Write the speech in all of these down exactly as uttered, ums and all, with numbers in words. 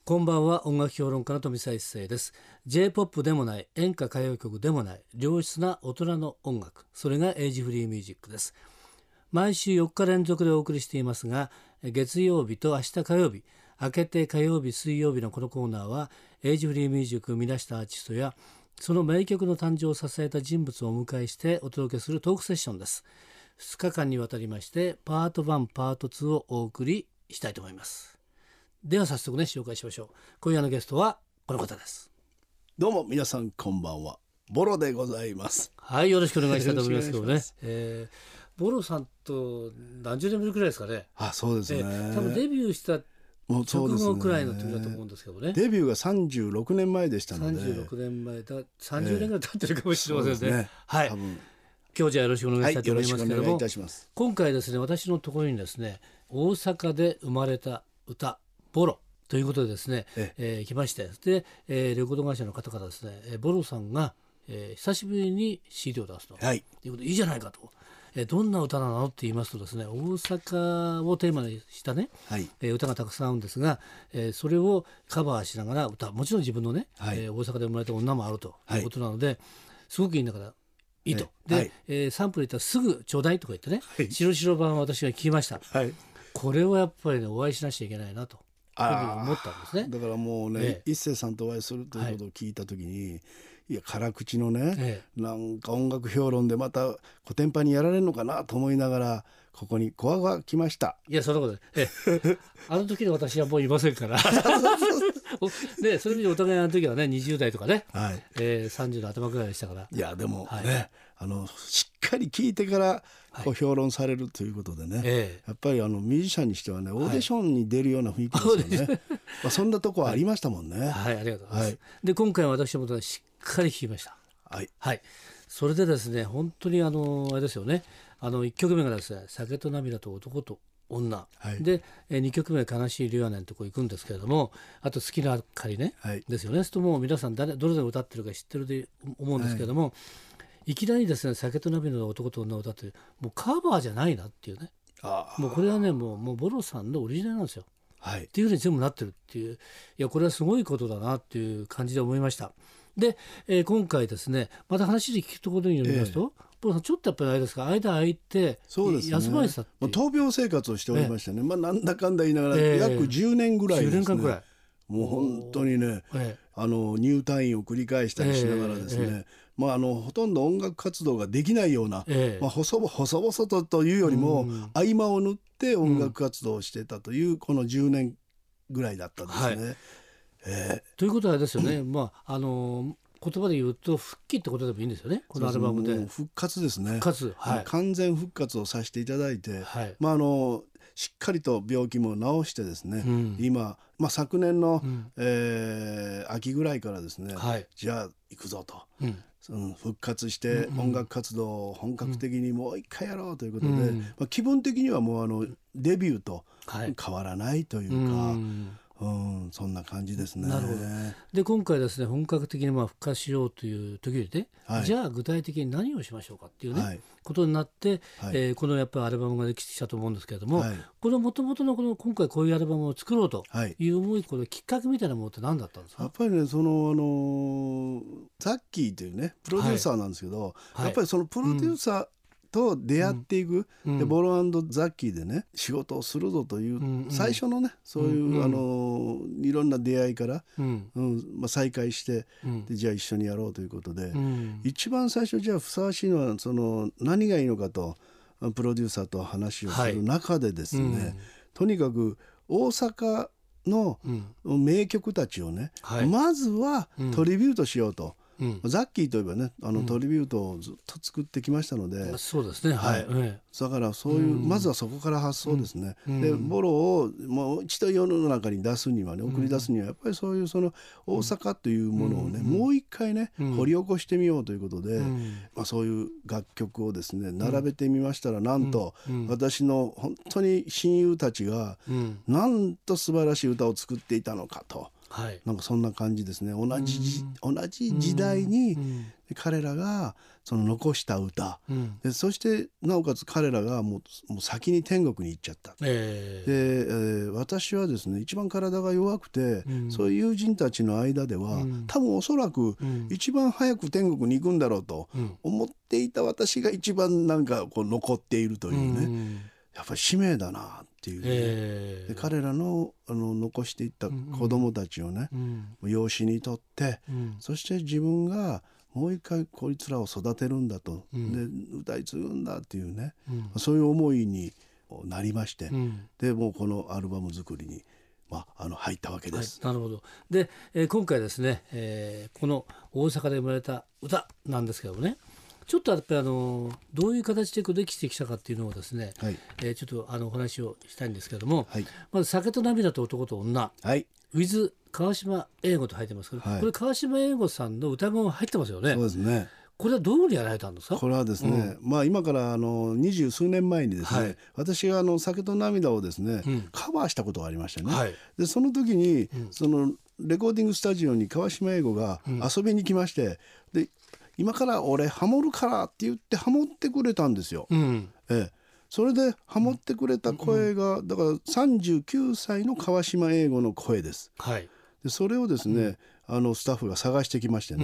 こんばんは。音楽評論家の富澤一世です。 J-ポップ でもない、演歌歌謡曲でもない、良質な大人の音楽、それがエイジフリーミュージックです。毎週よっか連続でお送りしていますが、月曜日と明日火曜日、明けて火曜日水曜日のこのコーナーは、エイジフリーミュージックを生み出したアーティストやその名曲の誕生を支えた人物をお迎えしてお届けするトークセッションです。ふつかかんにわたりましてパートワンパートツーをお送りしたいと思います。では早速ね、紹介しましょう。今夜のゲストはこの方です。 どうも皆さんこんばんは、ボロでございます。 はい、よろしくお願いしたいと思いますけどね、 よろしくお願いします。 えー、ボロさんと何十年ぶりくらいですかね。 あ、そうですね、 えー、多分デビューしたもうそうですね、 直後くらいの時だと思うんですけどね。 デビューがさんじゅうろくねんまえでしたので、 さんじゅうろくねんまえだ、さんじゅうねんぐらい経ってるかもしれませんね。 そうですね、 はい、 多分今日じゃあよろしくお願いしたいと思いますけれども、 はい、よろしくお願いいたします。 今回ですね、私のところにですね、大阪で生まれた歌ボロということでですね、ええー、来まして、で、えー、レコード会社の方からですね、えー、ボロさんが、えー、久しぶりに シーディー を出すと、はい、いうことでいいじゃないかと、えー、どんな歌なのって言いますとですね、大阪をテーマにしたね、はい、えー、歌がたくさんあるんですが、えー、それをカバーしながら歌、もちろん自分のね、はい、えー、大阪で生まれた女もあるということなので、はい、すごくいいんだからいいと、で、はい、えー、サンプル言ったらすぐちょうだいとか言ってね、はい、白白版を私が聞きました、はい、これはやっぱりね、お会いしなきゃいけないなと思ったんですね。 だからもうね、ええ、一世さんとお会いするということを聞いた時に、はい、いや辛口のね、ええ、なんか音楽評論でまたコテンパンにやられるのかなと思いながら、ここにコアが来ました。 いや、そんなことで、ええ、あの時の私はもういませんからで、そういう意味でお互いあの時はね、にじゅう代とかね、はい、えー、さんじゅうの頭くらいでしたから。 いやでもね、はい、あのしっかり聞いてからこう評論されるということでね、はい、やっぱりあのミュージシャンにしてはね、オーディションに出るような雰囲気ですよね、はい、まあ、そんなとこはありましたもんね。 はい、はい、ありがとうございます、はい、で今回は私もしっかり聞きました。はい、はい、それでですね、本当にあのあれですよね、あのいっきょくめがですね、酒と涙と男と女、はい、でにきょくめ悲しいリュアネンとこう行くんですけれども、あと好きなあかりね、はい、ですよね。そともう皆さん誰どれで歌ってるか知ってると思うんですけれども、はい、いきなりですね、酒と涙の男と女を歌ってもうカバーじゃないなっていうね、あ、もうこれはね、もう、もうボロさんのオリジナルなんですよ、はい、っていうふうに全部なってるっていう、いやこれはすごいことだなっていう感じで思いました。で、えー、今回ですね、また話で聞くところによりますと、えーちょっとやっぱりあれですか、間空いて休まれてたっていう、 闘病生活をしておりましてね、えーまあ、なんだかんだ言いながら約じゅうねんぐらいですね、じゅうねんかんぐらいもう本当にね、えー、あの入退院を繰り返したりしながらですね、えーえーまあ、あのほとんど音楽活動ができないような、えーまあ、細々細々とというよりも合間を縫って音楽活動をしてたというこのじゅうねんぐらいだったんですね、はい、 えー、ということはですよね、まああの言葉で言うと復帰ってことでもいいんですよね、このアルバムで。 復活ですね、 復活、はい、 完全復活をさせていただいて、はい、まあ、あのしっかりと病気も治してですね、うん、今、まあ、昨年の、うんえー、秋ぐらいからですね、はい、じゃあ行くぞと、うんうん、復活して音楽活動を本格的にもう一回やろうということで、うんまあ、気分的にはもうあのデビューと変わらないというか、はいうんうん、そんな感じですね。 なるほど。で今回ですね、本格的にまあ復活しようという時にね、はい、じゃあ具体的に何をしましょうかっていうね、はい、ことになって、はいえー、このやっぱりアルバムができてきたと思うんですけれども、はい、この元々のこの今回こういうアルバムを作ろうという思い、これきっかけみたいなものって何だったんですか？ やっぱりね、そのあのザッキーというねプロデューサーなんですけど、はい、やっぱりそのプロデューサー、うんと出会っていく、うん、でボロ&ザッキーでね仕事をするぞという、うん、最初のねそういう、うん、あのいろんな出会いから、うんうんまあ、再会して、うん、でじゃあ一緒にやろうということで、うん、一番最初じゃあふさわしいのはその何がいいのかとプロデューサーと話をする中でですね、はいうん、とにかく大阪の名曲たちをね、はい、まずはトリビュートしようと。うん、ザッキーといえばねあのトリビュートをずっと作ってきましたので、 うん、そうですね、はい、はい、 だからそういう、うん、まずはそこから発想ですね、うん、でボロをもう一度世の中に出すにはね送り出すにはやっぱりそういうその大阪というものをね、うん、もう一回ね、うん、掘り起こしてみようということで、うんまあ、そういう楽曲をですね並べてみましたら、なんと、うん、私の本当に親友たちが、うん、なんと素晴らしい歌を作っていたのかとはい、 なんかそんな感じですね。同じ、うん、同じ時代に彼らがその残した歌、うん、でそしてなおかつ彼らがもう、もう先に天国に行っちゃった、えーでえー、私はですね一番体が弱くて、うん、そういう友人たちの間では、うん、多分おそらく一番早く天国に行くんだろうと思っていた私が一番なんかこう残っているというね、うん、やっぱり使命だなっていうね、えー、で彼ら の, あの残していった子供たちをね、うんうん、養子にとって、うん、そして自分がもう一回こいつらを育てるんだと、うん、で歌い継ぐんだっていうね、うん、そういう思いになりまして、うん、でもうこのアルバム作りに、まあ、あの入ったわけです、 はい、なるほど。で、えー、今回ですね、えー、この大阪で生まれた歌なんですけどもね、ちょっとやっぱりあのどういう形でできてきたかっていうのをですね、はい、えー、ちょっとあのお話をしたいんですけれども、はい、まず酒と涙と男と女、はい、with 川島英語と入ってますけど、はい、これ川島英語さんの歌声が入ってますよね。 そうですね。 これはどういうふうにやられたんですか？ これはですね、うん、まあ今からあの二十数年前にですね、はい、私があの酒と涙をですね、うん、カバーしたことがありましたね、はい、でその時に、うん、そのレコーディングスタジオに川島英語が遊びに来まして、うん、で今から俺ハモるからって言ってハモってくれたんですよ、うん、ええ、それでハモってくれた声が、うん、だからさんじゅうきゅうさいの川島英語の声です、はい、でそれをですね、うん、あのスタッフが探してきましてね、うん、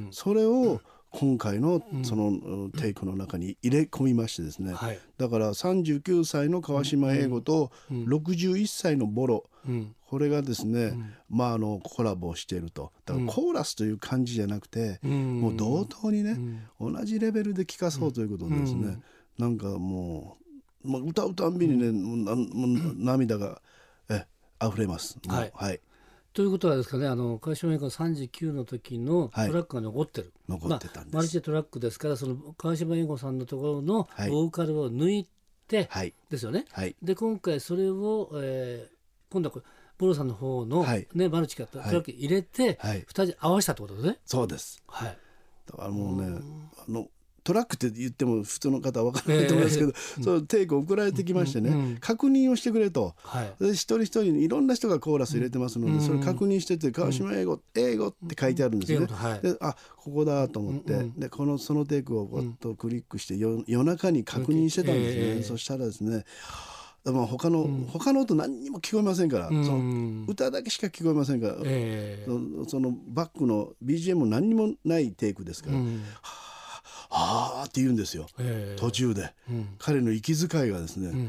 それを今回のそのテイクの中に入れ込みましてですね、うん、はい、だからさんじゅうきゅうさいの川島英語とろくじゅういっさいのボロ、うん、これがですね、うん、まあ、あのコラボをしていると。だからコーラスという感じじゃなくて、うん、もう同等にね、うん、同じレベルで聴かそうということでですね、うん、なんかもう、まあ、歌うたんびにね、うん、もうもう涙がえ溢れます、はい、はい、 ということはですかね、あの川島英語さんじゅうきゅうの時のトラックが残ってる、 はい、残ってたんです、 まあ、マルチトラックですから、その川島英語さんのところのボーカルを抜いて、はい、ですよね、はい、で今回それを、えー、今度はこれボロさんの方の、はいね、マルチがトラック入れて、はい、ふたり合わせたってことですね。 そうです、はい、だからもうね、あのトラックって言っても普通の方は分からないと思いますけど、えー、そのテイク送られてきましてね、うんうん、確認をしてくれと、はい、で一人一人にいろんな人がコーラス入れてますので、うん、それ確認してて、川島英語、英語って書いてあるんですよね、はい、であここだと思って、うんうん、でこのそのテイクをポッとクリックして夜、夜中に確認してたんですね、えー、そしたらですね、まあ、他の、うん、他の音何にも聞こえませんから、うん、その歌だけしか聞こえませんから、えー、そ, そのバックの ビージーエム 何にもないテイクですから、うん、はあって言うんですよ、えー、途中で、うん、彼の息遣いがですね、うん、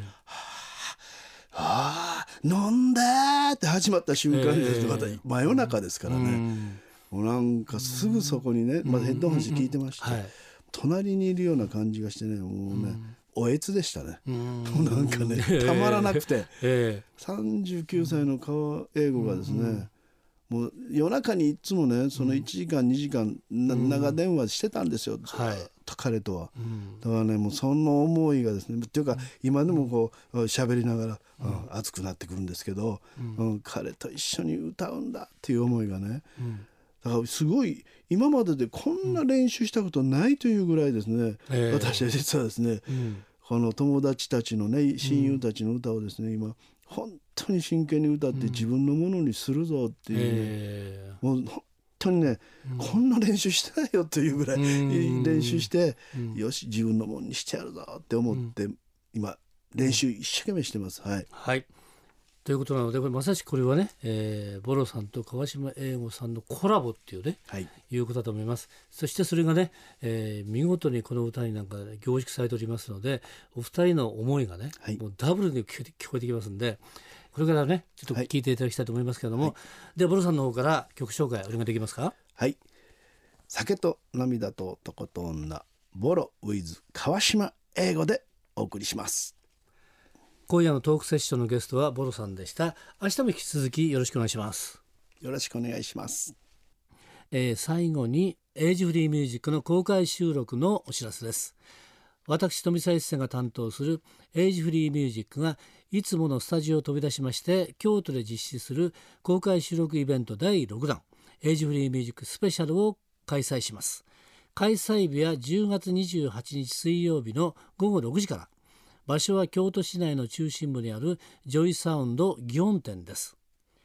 はあ飲んだって始まった瞬間にですね、えー、また真夜中ですからね、うん、もうなんかすぐそこにね、まだヘッドホンして聞いてまして、うんうんうん、はい、隣にいるような感じがしてね、もうね、うん、おえつでしたね。うんなんかね、たまらなくて、えー、さんじゅうきゅうさいの川英語がですね、うん、もう夜中にいつもね、そのいちじかんにじかん、うん、長電話してたんですよ、ずっと彼とは、うん、だからね、もうその思いがですね、っていうか今でもこう喋りながら、うん、熱くなってくるんですけど、うんうん、彼と一緒に歌うんだっていう思いがね、うん、だからすごい今まででこんな練習したことないというぐらいですね、うん、私は実はですね、えー、この友達たちのね、親友たちの歌をですね、今本当に真剣に歌って自分のものにするぞっていうね、えー、もう本当にね、うん、こんな練習してないよというぐらい練習して、うん、よし自分のものにしてやるぞって思って、うん、今練習一生懸命してます。はい、 はい、ということなので、これまさしくこれはね、えー、ボロさんと川島英語さんのコラボっていうね、はい、いうことだと思います。そしてそれがね、えー、見事にこの歌になんか凝縮されておりますので、お二人の思いがね、はい、もうダブルで聞こえて、聞こえてきますんで、これからねちょっと聞いていただきたいと思いますけれども、はい、でボロさんの方から曲紹介お願いできますか？ はい、酒と涙と男と女、ボロ with 川島英語でお送りします。 今夜のトークセッションのゲストはボロさんでした。明日も引き続きよろしくお願いします。 よろしくお願いします。 えー、最後にエイジフリーミュージックの公開収録のお知らせです。私富澤一世が担当するエイジフリーミュージックがいつものスタジオを飛び出しまして京都で実施する公開収録イベントだいろくだんエイジフリーミュージックスペシャルを開催します。開催日はじゅうがつにじゅうはちにち水曜日のごごろくじから。場所は京都市内の中心部にあるジョイサウンド祇園店です。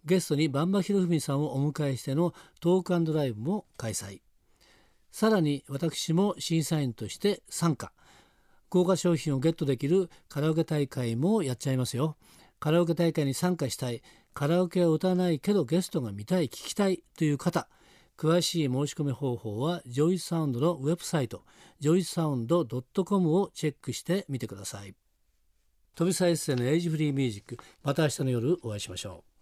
ゲストに馬場博文さんをお迎えしてのトーク&ライブも開催。さらに私も審査員として参加。豪華商品をゲットできるカラオケ大会もやっちゃいますよ。カラオケ大会に参加したい、カラオケは歌わないけどゲストが見たい、聞きたいという方、詳しい申し込み方法はジョイサウンドのウェブサイト ジョイサウンドドットコム をチェックしてみてください。飛びさエッセイのエイジフリーミュージック、また明日の夜お会いしましょう。